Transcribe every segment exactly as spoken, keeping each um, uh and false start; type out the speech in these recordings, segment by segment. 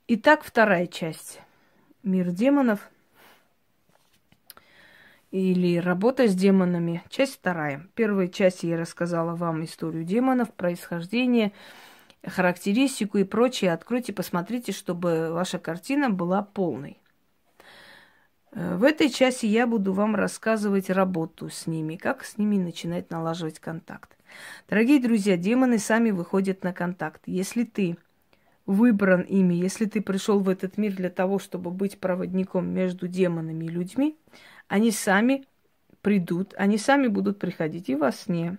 Итак, вторая часть. Мир демонов или работа с демонами. Часть вторая. В первой части я рассказала вам историю демонов, происхождение, характеристику и прочее. Откройте, посмотрите, чтобы ваша картина была полной. В этой части я буду вам рассказывать работу с ними, как с ними начинать налаживать контакт. Дорогие друзья, демоны сами выходят на контакт. Если ты выбран ими, если ты пришел в этот мир для того, чтобы быть проводником между демонами и людьми, они сами придут, они сами будут приходить и во сне,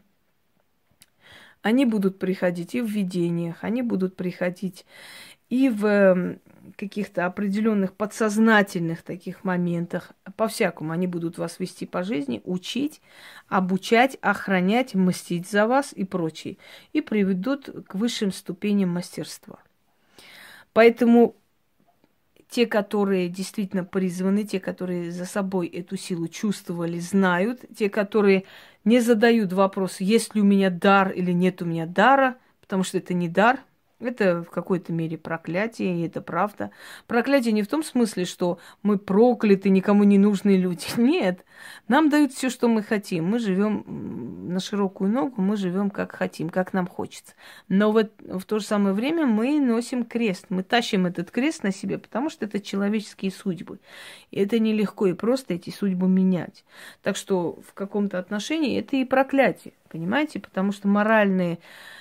они будут приходить и в видениях, они будут приходить и в каких-то определенных подсознательных таких моментах. По-всякому они будут вас вести по жизни, учить, обучать, охранять, мстить за вас и прочее. И приведут к высшим ступеням мастерства. Поэтому те, которые действительно призваны, те, которые за собой эту силу чувствовали, знают, те, которые не задают вопрос, есть ли у меня дар или нет у меня дара, потому что это не дар, это в какой-то мере проклятие, и это правда. Проклятие не в том смысле, что мы прокляты, никому не нужные люди. Нет, нам дают все, что мы хотим. Мы живем на широкую ногу, мы живем как хотим, как нам хочется. Но вот в то же самое время мы носим крест. Мы тащим этот крест на себе, потому что это человеческие судьбы. И это нелегко и просто эти судьбы менять. Так что в каком-то отношении это и проклятие, понимаете? Потому что моральные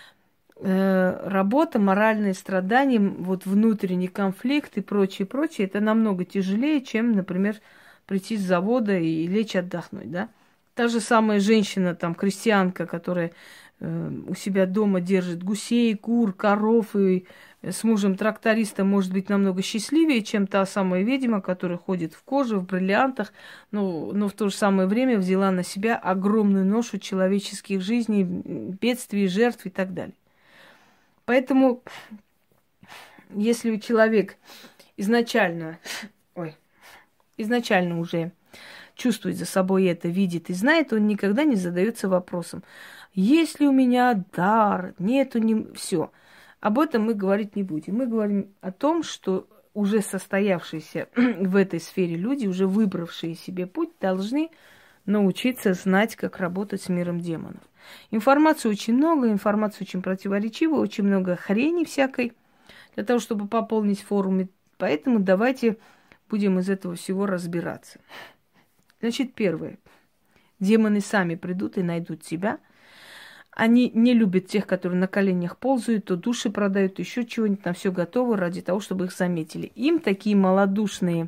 работа, моральные страдания, вот внутренний конфликт и прочее, прочее, это намного тяжелее, чем, например, прийти с завода и лечь отдохнуть, да. Та же самая женщина, там, крестьянка, которая э, у себя дома держит гусей, кур, коров и с мужем-трактористом может быть намного счастливее, чем та самая ведьма, которая ходит в коже, в бриллиантах, но, но в то же самое время взяла на себя огромную ношу человеческих жизней, бедствий, жертв и так далее. Поэтому, если человек изначально, ой, изначально уже чувствует за собой это, видит и знает, он никогда не задается вопросом, есть ли у меня дар, нету, не... все. Об этом мы говорить не будем. Мы говорим о том, что уже состоявшиеся в этой сфере люди, уже выбравшие себе путь, должны научиться знать, как работать с миром демонов. Информации очень много, информации очень противоречивой, очень много хрени всякой для того, чтобы пополнить форумы. Поэтому давайте будем из этого всего разбираться. Значит, первое. Демоны сами придут и найдут себя. Они не любят тех, которые на коленях ползают, то души продают, еще чего-нибудь, на все готово ради того, чтобы их заметили. Им такие малодушные,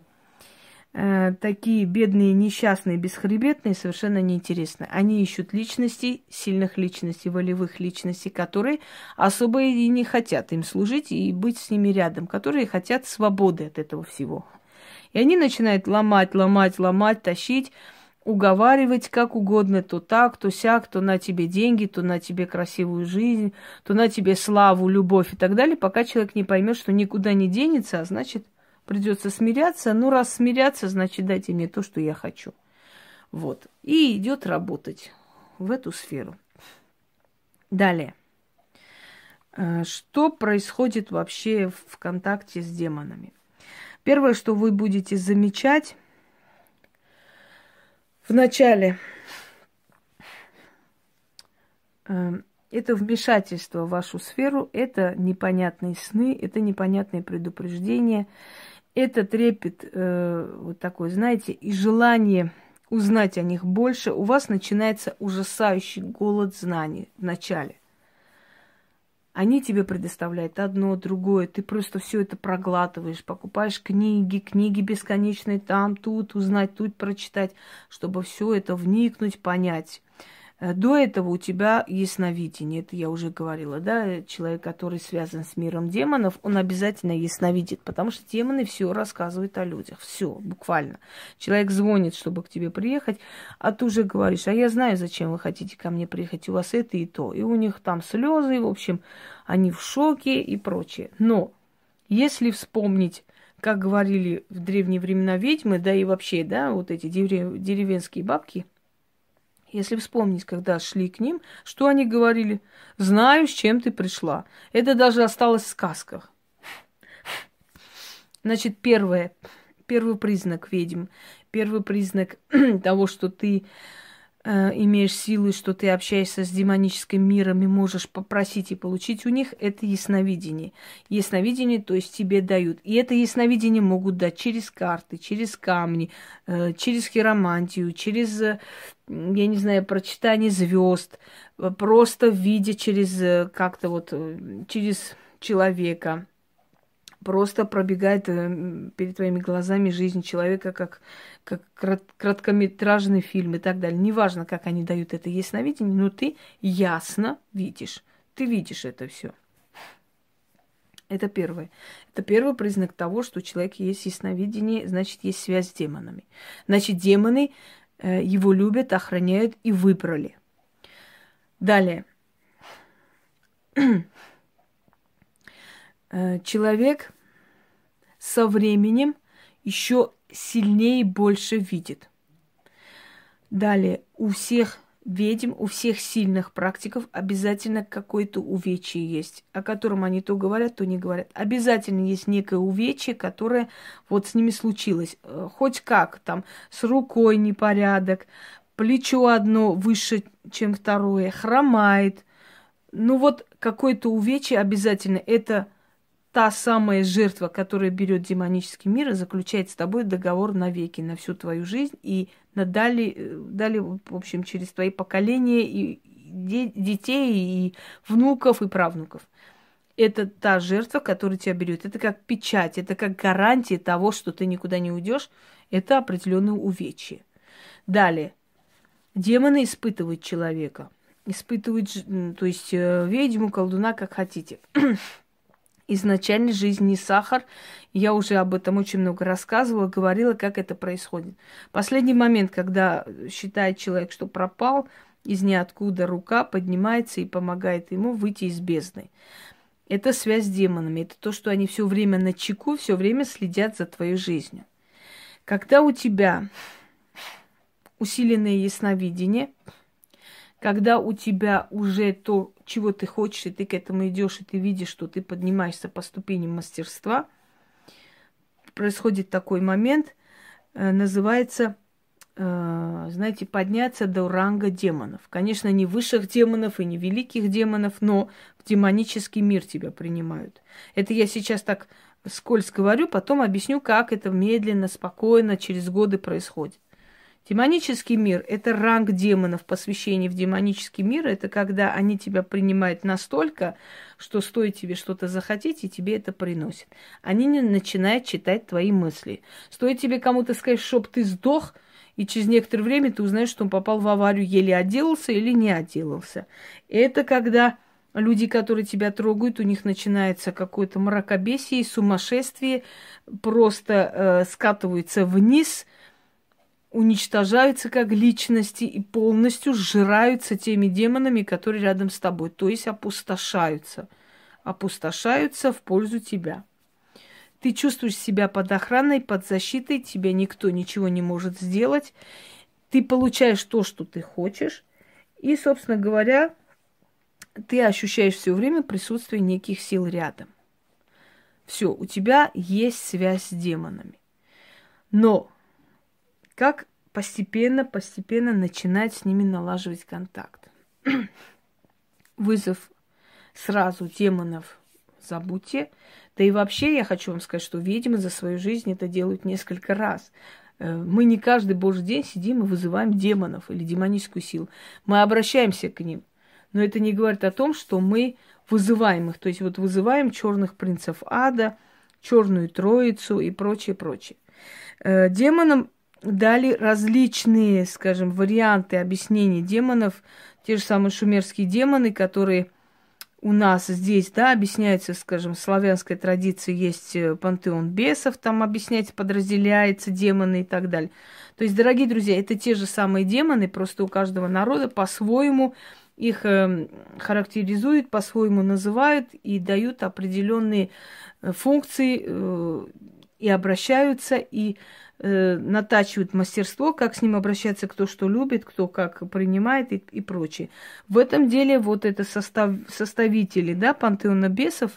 такие бедные, несчастные, бесхребетные совершенно неинтересны. Они ищут личностей, сильных личностей, волевых личностей, которые особо и не хотят им служить и быть с ними рядом, которые хотят свободы от этого всего. И они начинают ломать, ломать, ломать, тащить, уговаривать как угодно, то так, то сяк, то на тебе деньги, то на тебе красивую жизнь, то на тебе славу, любовь и так далее, пока человек не поймет, что никуда не денется, а значит, придется смиряться. Ну, раз смиряться, значит, дайте мне то, что я хочу. Вот. И идет работать в эту сферу. Далее. Что происходит вообще в контакте с демонами? Первое, что вы будете замечать в начале, это вмешательство в вашу сферу, это непонятные сны, это непонятные предупреждения, это трепет, э, вот такой, знаете, и желание узнать о них больше. У вас начинается ужасающий голод знаний в начале. Они тебе предоставляют одно, другое, ты просто все это проглатываешь, покупаешь книги, книги бесконечные там, тут узнать, тут прочитать, чтобы все это вникнуть, понять. До этого у тебя ясновидение, это я уже говорила, да, человек, который связан с миром демонов, он обязательно ясновидит, потому что демоны все рассказывают о людях, все, буквально. Человек звонит, чтобы к тебе приехать, а ты уже говоришь, а я знаю, зачем вы хотите ко мне приехать, у вас это и то, и у них там слезы, в общем, они в шоке и прочее. Но если вспомнить, как говорили в древние времена ведьмы, да и вообще, да, вот эти деревенские бабки, если вспомнить, когда шли к ним, что они говорили? Знаю, с чем ты пришла. Это даже осталось в сказках. Значит, первое, первый признак ведьм, первый признак того, что ты э, имеешь силы, что ты общаешься с демоническим миром и можешь попросить и получить у них, это ясновидение. Ясновидение, то есть тебе дают. И это ясновидение могут дать через карты, через камни, э, через хиромантию, через, э, я не знаю, прочитание звезд, просто видя через э, как-то вот, э, через человека. Просто пробегает э, перед твоими глазами жизнь человека, как, как крат, краткометражный фильм и так далее. Неважно, как они дают это ясновидение, но ты ясно видишь. Ты видишь это все. Это первое. Это первый признак того, что у человека есть ясновидение, значит, есть связь с демонами. Значит, демоны э, его любят, охраняют и выбрали. Далее. Человек со временем еще сильнее и больше видит. Далее, у всех ведьм, у всех сильных практиков обязательно какое-то увечье есть, о котором они то говорят, то не говорят. Обязательно есть некое увечье, которое вот с ними случилось. Хоть как, там, с рукой непорядок, плечо одно выше, чем второе, хромает. Ну вот какое-то увечье обязательно. Это та самая жертва, которая берет демонический мир и заключает с тобой договор навеки, на всю твою жизнь и на далее, далее, в общем, через твои поколения и де- детей, и внуков, и правнуков. Это та жертва, которая тебя берет. Это как печать, это как гарантия того, что ты никуда не уйдешь. Это определенное увечье. Далее. Демоны испытывают человека. Испытывают, то есть ведьму, колдуна, как хотите. Изначально жизнь не сахар. Я уже об этом очень много рассказывала, говорила, как это происходит. Последний момент, когда считает человек, что пропал, из ниоткуда рука поднимается и помогает ему выйти из бездны. Это связь с демонами. Это то, что они все время на чеку, все время следят за твоей жизнью. Когда у тебя усиленное ясновидение, когда у тебя уже то, чего ты хочешь, и ты к этому идешь, и ты видишь, что ты поднимаешься по ступеням мастерства, происходит такой момент, э, называется, э, знаете, подняться до ранга демонов. Конечно, не высших демонов и не великих демонов, но в демонический мир тебя принимают. Это я сейчас так вскользь говорю, потом объясню, как это медленно, спокойно, через годы происходит. Демонический мир – это ранг демонов, посвящение в демонический мир. Это когда они тебя принимают настолько, что стоит тебе что-то захотеть, и тебе это приносят. Они не начинают читать твои мысли. Стоит тебе кому-то сказать, чтоб ты сдох, и через некоторое время ты узнаешь, что он попал в аварию, еле отделался или не отделался. Это когда люди, которые тебя трогают, у них начинается какое-то мракобесие, сумасшествие, просто э, скатываются вниз – уничтожаются как личности и полностью сжираются теми демонами, которые рядом с тобой. То есть опустошаются. Опустошаются в пользу тебя. Ты чувствуешь себя под охраной, под защитой, тебе никто ничего не может сделать. Ты получаешь то, что ты хочешь. И, собственно говоря, ты ощущаешь все время присутствие неких сил рядом. Все, у тебя есть связь с демонами. Но как постепенно, постепенно начинать с ними налаживать контакт. Вызов сразу демонов забудьте. Да и вообще я хочу вам сказать, что ведьмы за свою жизнь это делают несколько раз. Мы не каждый божий день сидим и вызываем демонов или демоническую силу. Мы обращаемся к ним. Но это не говорит о том, что мы вызываем их. То есть вот вызываем черных принцев ада, черную троицу и прочее, прочее. Демонам дали различные, скажем, варианты объяснений демонов. Те же самые шумерские демоны, которые у нас здесь, да, объясняются, скажем, в славянской традиции есть пантеон бесов, там объясняется, подразделяется демоны и так далее. То есть, дорогие друзья, это те же самые демоны, просто у каждого народа по-своему их э, характеризуют, по-своему называют и дают определенные функции э, и обращаются, и э, натачивают мастерство, как с ним обращаться, кто что любит, кто как принимает и, и прочее. В этом деле вот это состав, составители, да, пантеона бесов,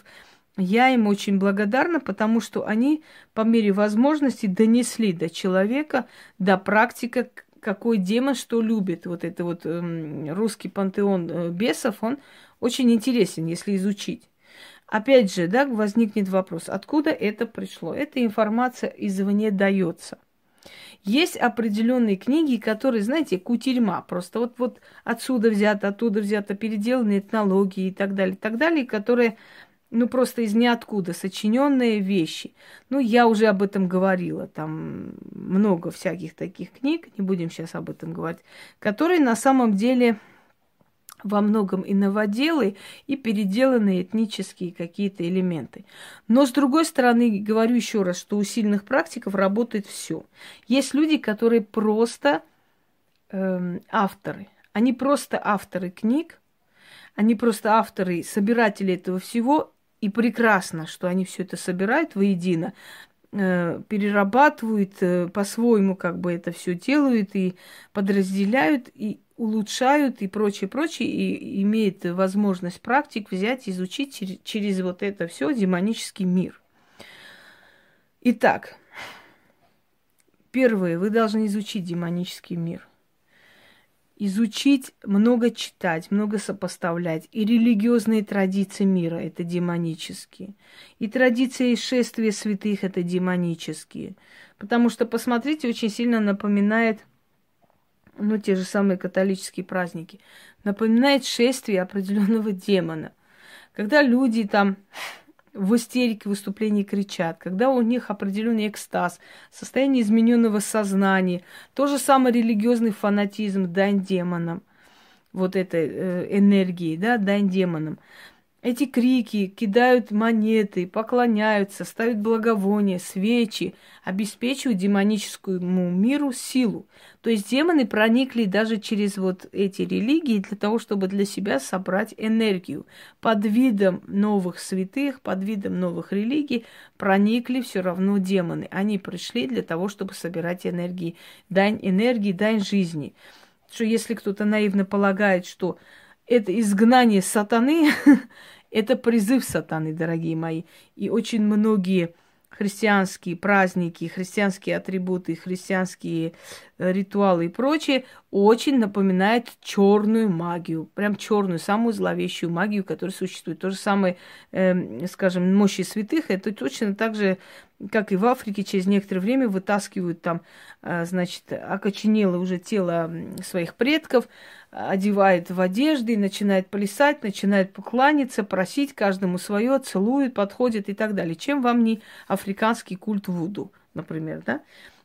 Я им очень благодарна, потому что они по мере возможности донесли до человека, до практика, какой демон что любит. Вот это вот э, русский пантеон э, бесов, он очень интересен, если изучить. Опять же, да, возникнет вопрос, откуда это пришло? Эта информация извне дается. Есть определенные книги, которые, знаете, кутерьма. Просто вот, вот отсюда взято, оттуда взято, переделанные этнологии и так далее, и так далее, которые, ну, просто из ниоткуда сочиненные вещи. Ну, я уже об этом говорила, там много всяких таких книг, не будем сейчас об этом говорить, которые на самом деле во многом и новоделы, и переделанные этнические какие-то элементы. Но, с другой стороны, говорю еще раз, что у сильных практиков работает все. Есть люди, которые просто э, авторы. Они просто авторы книг, они просто авторы, собиратели этого всего, и прекрасно, что они все это собирают воедино, э, перерабатывают, э, по-своему как бы это все делают, и подразделяют, и улучшают и прочее, прочее, и имеет возможность практик взять, изучить через, через вот это все демонический мир. Итак, первое, вы должны изучить демонический мир. Изучить, много читать, много сопоставлять. И религиозные традиции мира – это демонические. И традиции шествия святых – это демонические. Потому что, посмотрите, очень сильно напоминает, ну, те же самые католические праздники, напоминает шествие определенного демона. Когда люди там в истерике выступлений кричат, когда у них определенный экстаз, состояние измененного сознания, то же самое религиозный фанатизм, дань демонам, вот этой э, энергии, да, дань демонам. Эти крики, кидают монеты, поклоняются, ставят благовония, свечи, обеспечивают демоническому миру силу. То есть демоны проникли даже через вот эти религии для того, чтобы для себя собрать энергию. Под видом новых святых, под видом новых религий проникли все равно демоны. Они пришли для того, чтобы собирать энергии, дань энергии, дань жизни. Что если кто-то наивно полагает, что это изгнание сатаны, это призыв сатаны, дорогие мои. И очень многие христианские праздники, христианские атрибуты, христианские ритуалы и прочее очень напоминают черную магию. Прям черную, самую зловещую магию, которая существует. То же самое, э, скажем, мощи святых, это точно так же, как и в Африке, через некоторое время вытаскивают там, э, значит, окоченело уже тело своих предков, одевает в одежды, начинает плясать, начинает покланяться, просить каждому свое, целует, подходит и так далее. Чем вам не африканский культ вуду, например, да?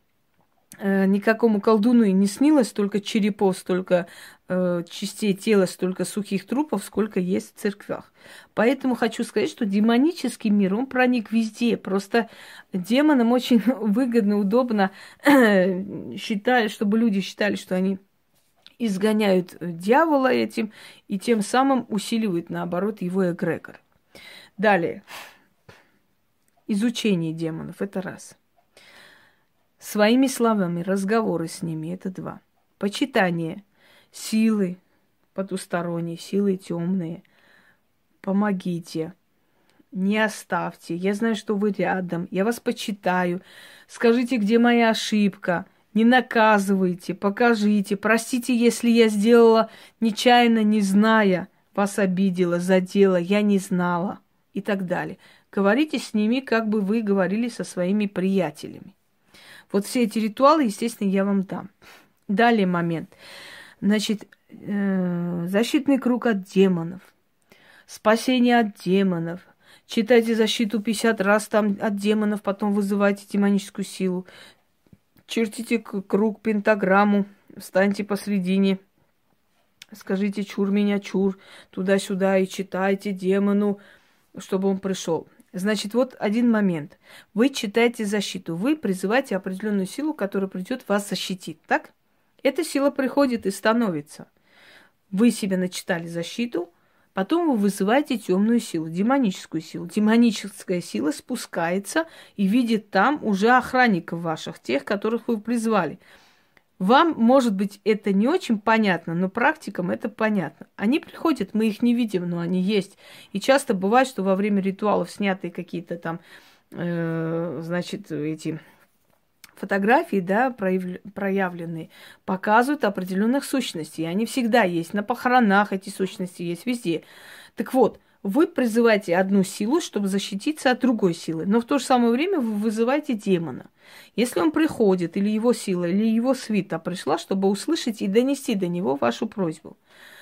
Э, никакому колдуну и не снилось столько черепов, столько э, частей тела, столько сухих трупов, сколько есть в церквях. Поэтому хочу сказать, что демонический мир, он проник везде. Просто демонам очень выгодно, удобно считать, чтобы люди считали, что они изгоняют дьявола этим и тем самым усиливают, наоборот, его эгрегор. Далее. Изучение демонов – это раз. Своими словами, разговоры с ними – это два. Почитание силы потусторонние, силы темные. Помогите, не оставьте. Я знаю, что вы рядом. Я вас почитаю. Скажите, где моя ошибка. Не наказывайте, покажите. Простите, если я сделала нечаянно, не зная, вас обидела, задела, я не знала и так далее. Говорите с ними, как бы вы говорили со своими приятелями. Вот все эти ритуалы, естественно, я вам дам. Далее момент. Значит, э, защитный круг от демонов, спасение от демонов. Читайте защиту пятьдесят раз там от демонов, потом вызывайте демоническую силу. Чертите круг, пентаграмму, встаньте посредине, скажите «чур меня, чур», туда-сюда и читайте демону, чтобы он пришел. Значит, вот один момент. Вы читаете защиту, вы призываете определенную силу, которая придет вас защитить, так? Эта сила приходит и становится. Вы себе начитали защиту, потом вы вызываете темную силу, демоническую силу. Демоническая сила спускается и видит там уже охранников ваших, тех, которых вы призвали. Вам, может быть, это не очень понятно, но практикам это понятно. Они приходят, мы их не видим, но они есть. И часто бывает, что во время ритуалов снятые какие-то там, э, значит, эти фотографии, да, прояв... проявленные, показывают определенных сущностей. И они всегда есть. На похоронах эти сущности есть, везде. Так вот, вы призываете одну силу, чтобы защититься от другой силы. Но в то же самое время вы вызываете демона. Если он приходит, или его сила, или его свита пришла, чтобы услышать и донести до него вашу просьбу.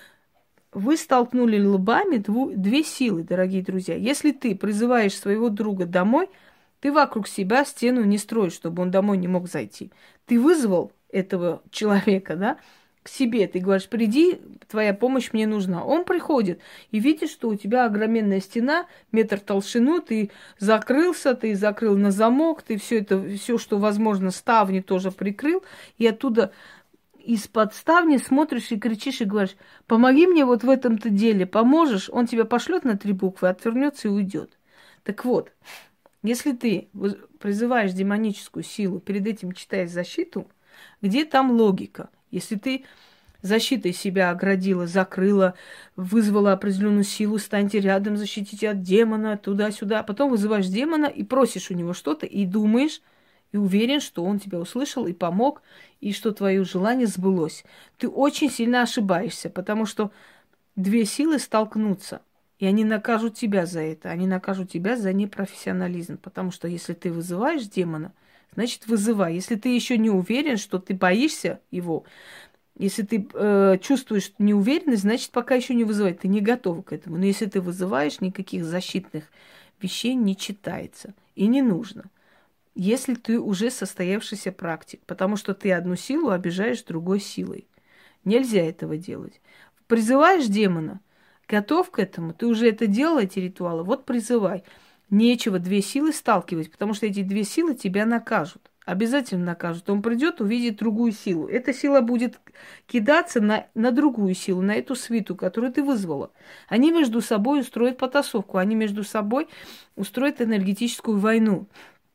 Вы столкнули лбами дву, две силы, дорогие друзья. Если ты призываешь своего друга домой, ты вокруг себя стену не строишь, чтобы он домой не мог зайти. Ты вызвал этого человека, да, к себе. Ты говоришь, приди, твоя помощь мне нужна. Он приходит и видит, что у тебя огроменная стена, метр толщину, ты закрылся, ты закрыл на замок, ты все это, все, что возможно, ставни тоже прикрыл, и оттуда из-под ставни смотришь и кричишь и говоришь, помоги мне вот в этом-то деле, поможешь, он тебя пошлет на три буквы, отвернется и уйдет. Так вот, если ты призываешь демоническую силу, перед этим читаешь защиту, где там логика? Если ты защитой себя оградила, закрыла, вызвала определенную силу, станьте рядом, защитите от демона, туда-сюда, а потом вызываешь демона и просишь у него что-то, и думаешь, и уверен, что он тебя услышал и помог, и что твое желание сбылось. Ты очень сильно ошибаешься, потому что две силы столкнутся, и они накажут тебя за это, они накажут тебя за непрофессионализм, потому что если ты вызываешь демона, значит, вызывай. Если ты еще не уверен, что ты боишься его, если ты э, чувствуешь неуверенность, значит, пока еще не вызывай. Ты не готов к этому. Но если ты вызываешь, никаких защитных вещей не читается. И не нужно. Если ты уже состоявшийся практик. Потому что ты одну силу обижаешь другой силой. Нельзя этого делать. Призываешь демона, готов к этому, ты уже это делал, эти ритуалы, вот призывай. Нечего две силы сталкивать, потому что эти две силы тебя накажут. Обязательно накажут. Он придет, увидит другую силу. Эта сила будет кидаться на, на другую силу, на эту свиту, которую ты вызвала. Они между собой устроят потасовку, они между собой устроят энергетическую войну.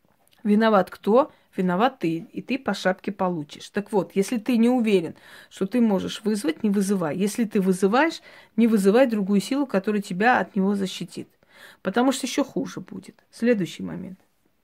Виноват кто? Виноват ты, и ты по шапке получишь. Так вот, если ты не уверен, что ты можешь вызвать, не вызывай. Если ты вызываешь, не вызывай другую силу, которая тебя от него защитит. Потому что еще хуже будет. Следующий момент.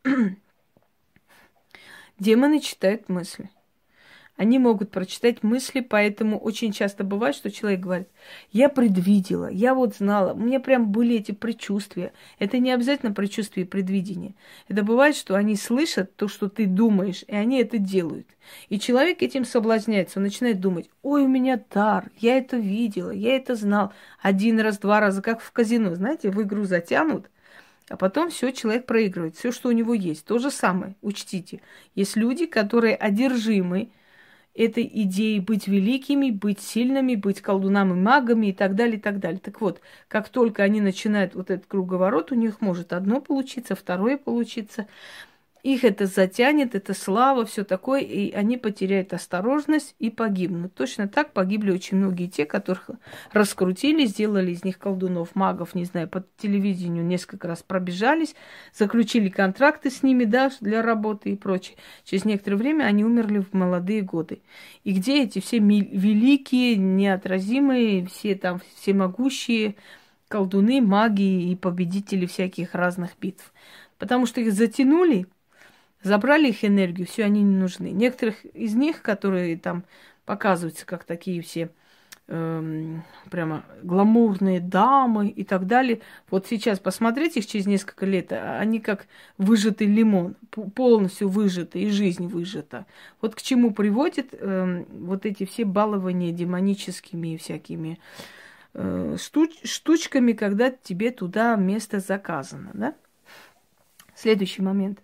Демоны читают мысли. Они могут прочитать мысли, поэтому очень часто бывает, что человек говорит, я предвидела, я вот знала, у меня прям были эти предчувствия. Это не обязательно предчувствие и предвидение. Это бывает, что они слышат то, что ты думаешь, и они это делают. И человек этим соблазняется, он начинает думать, ой, у меня дар, я это видела, я это знал. Один раз, два раза, как в казино, знаете, в игру затянут, а потом все, человек проигрывает, все, что у него есть. То же самое, учтите. Есть люди, которые одержимы этой идеей быть великими, быть сильными, быть колдунами, магами и так далее, и так далее. Так вот, как только они начинают вот этот круговорот, у них может одно получиться, второе получиться. Их это затянет, это слава, все такое, и они потеряют осторожность и погибнут. Точно так погибли очень многие те, которых раскрутили, сделали из них колдунов, магов, не знаю, по телевидению несколько раз пробежались, заключили контракты с ними, да, для работы и прочее. Через некоторое время они умерли в молодые годы. И где эти все великие, неотразимые, все там всемогущие колдуны, маги и победители всяких разных битв? Потому что их затянули, забрали их энергию, все, они не нужны. Некоторых из них, которые там показываются как такие все эм, прямо гламурные дамы и так далее, вот сейчас посмотреть их через несколько лет, они как выжатый лимон, полностью выжатый, и жизнь выжата. Вот к чему приводят эм, вот эти все балования демоническими всякими э, штуч- штучками, когда тебе туда место заказано, да? Следующий момент.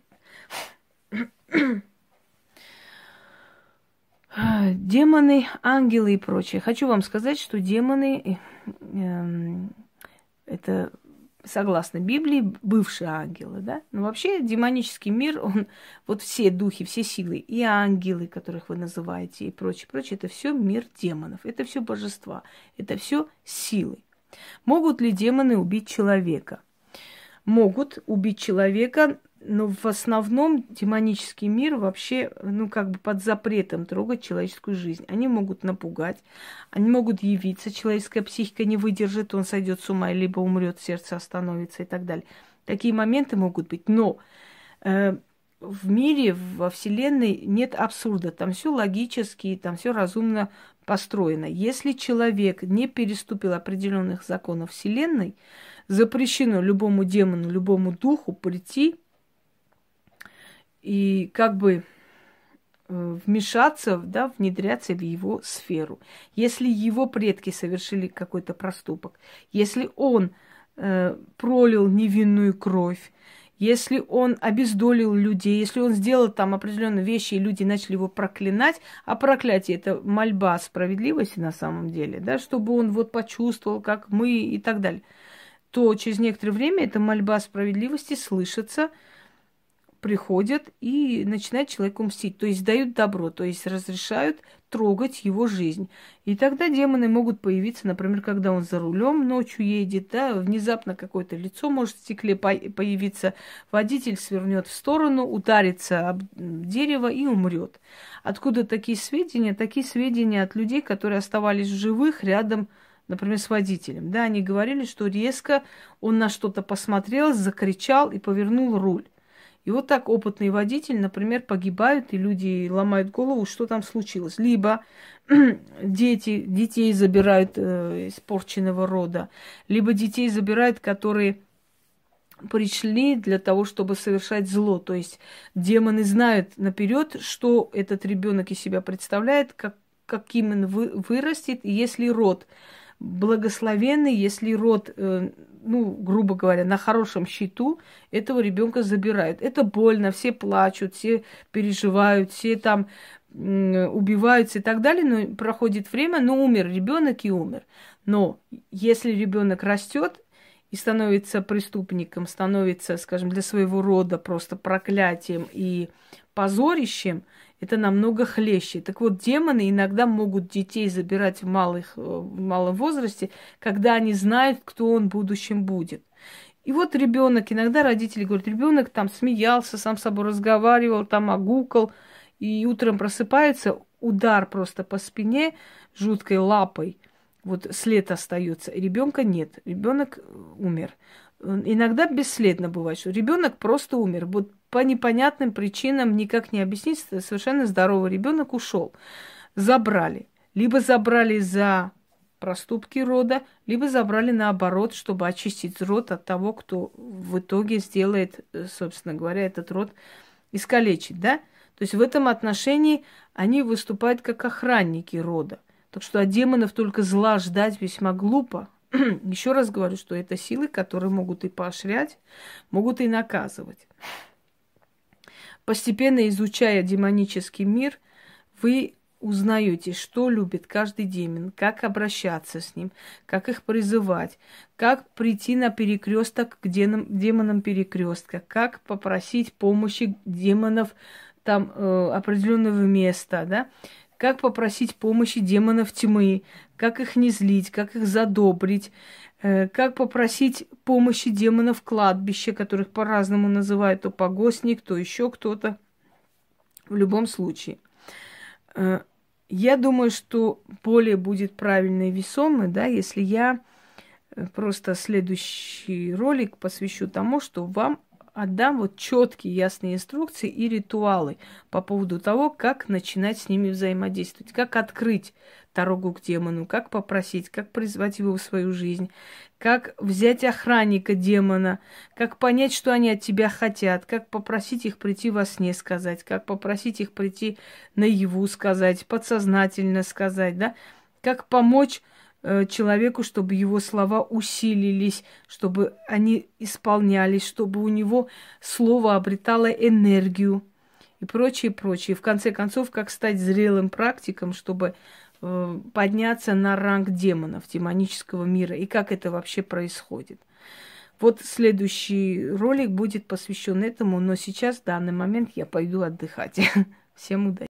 Демоны, ангелы и прочее. Хочу вам сказать, что демоны, э, это, согласно Библии, бывшие ангелы, да? Но вообще демонический мир, он, вот все духи, все силы, и ангелы, которых вы называете, и прочее, прочее, это все мир демонов, это все божества, это все силы. Могут ли демоны убить человека? Могут убить человека Но в основном демонический мир вообще, ну, как бы под запретом трогать человеческую жизнь. Они могут напугать, они могут явиться, человеческая психика не выдержит, он сойдет с ума, либо умрет, сердце остановится и так далее. Такие моменты могут быть. Но э, в мире, во Вселенной нет абсурда. Там все логически, там все разумно построено. Если человек не переступил определенных законов Вселенной, запрещено любому демону, любому духу прийти и как бы вмешаться, да, внедряться в его сферу. Если его предки совершили какой-то проступок, если он э, пролил невинную кровь, если он обездолил людей, если он сделал там определенные вещи, и люди начали его проклинать, а проклятие – это мольба справедливости на самом деле, да, чтобы он вот почувствовал, как мы и так далее, то через некоторое время эта мольба справедливости слышится, приходят и начинают человеку мстить. То есть дают добро, то есть разрешают трогать его жизнь. И тогда демоны могут появиться, например, когда он за рулем ночью едет, да, внезапно какое-то лицо может в стекле появиться, водитель свернет в сторону, ударится об дерево и умрет. Откуда такие сведения? Такие сведения от людей, которые оставались в живых рядом, например, с водителем. Да, они говорили, что резко он на что-то посмотрел, закричал и повернул руль. И вот так опытный водитель, например, погибают, и люди ломают голову, что там случилось. Либо дети, детей забирают э, испорченного рода, либо детей забирают, которые пришли для того, чтобы совершать зло. То есть демоны знают наперед, что этот ребенок из себя представляет, как, каким он вы, вырастет, и если род благословенный, если род, э, ну, грубо говоря, на хорошем счету, этого ребенка забирают. Это больно, все плачут, все переживают, все там э, убиваются и так далее, но проходит время, ну, умер ребенок и умер. Но если ребенок растет и становится преступником, становится, скажем, для своего рода просто проклятием и позорищем, это намного хлеще. Так вот, демоны иногда могут детей забирать в, малых, в малом возрасте, когда они знают, кто он в будущем будет. И вот ребенок, иногда родители говорят, ребенок там смеялся, сам с собой разговаривал, там огукал, и утром просыпается, удар просто по спине жуткой лапой, вот след остается, и ребенка нет, ребенок умер. Иногда бесследно бывает, что ребенок просто умер. Вот по непонятным причинам никак не объяснить, совершенно здоровый ребенок ушел. Забрали. Либо забрали за проступки рода, либо забрали наоборот, чтобы очистить род от того, кто в итоге сделает, собственно говоря, этот род искалечить, да? То есть в этом отношении они выступают как охранники рода. Так что от демонов только зла ждать весьма глупо. Еще раз говорю, что это силы, которые могут и поощрять, могут и наказывать. Постепенно изучая демонический мир, вы узнаете, что любит каждый демон, как обращаться с ним, как их призывать, как прийти на перекресток к демонам перекрестка, как попросить помощи демонов там э, определенного места, да, как попросить помощи демонов тьмы, как их не злить, как их задобрить, э, как попросить помощи демонов кладбища, которых по-разному называют, то погостник, то еще кто-то. В любом случае. Э, я думаю, что более будет правильно и весомый, да, если я просто следующий ролик посвящу тому, что вам отдам вот четкие, ясные инструкции и ритуалы по поводу того, как начинать с ними взаимодействовать, как открыть дорогу к демону, как попросить, как призвать его в свою жизнь, как взять охранника демона, как понять, что они от тебя хотят, как попросить их прийти во сне сказать, как попросить их прийти наяву сказать, подсознательно сказать, да, как помочь человеку, чтобы его слова усилились, чтобы они исполнялись, чтобы у него слово обретало энергию и прочее, прочее. В конце концов, как стать зрелым практиком, чтобы э, подняться на ранг демонов, демонического мира, и как это вообще происходит. Вот следующий ролик будет посвящен этому, но сейчас, в данный момент, я пойду отдыхать. Всем удачи!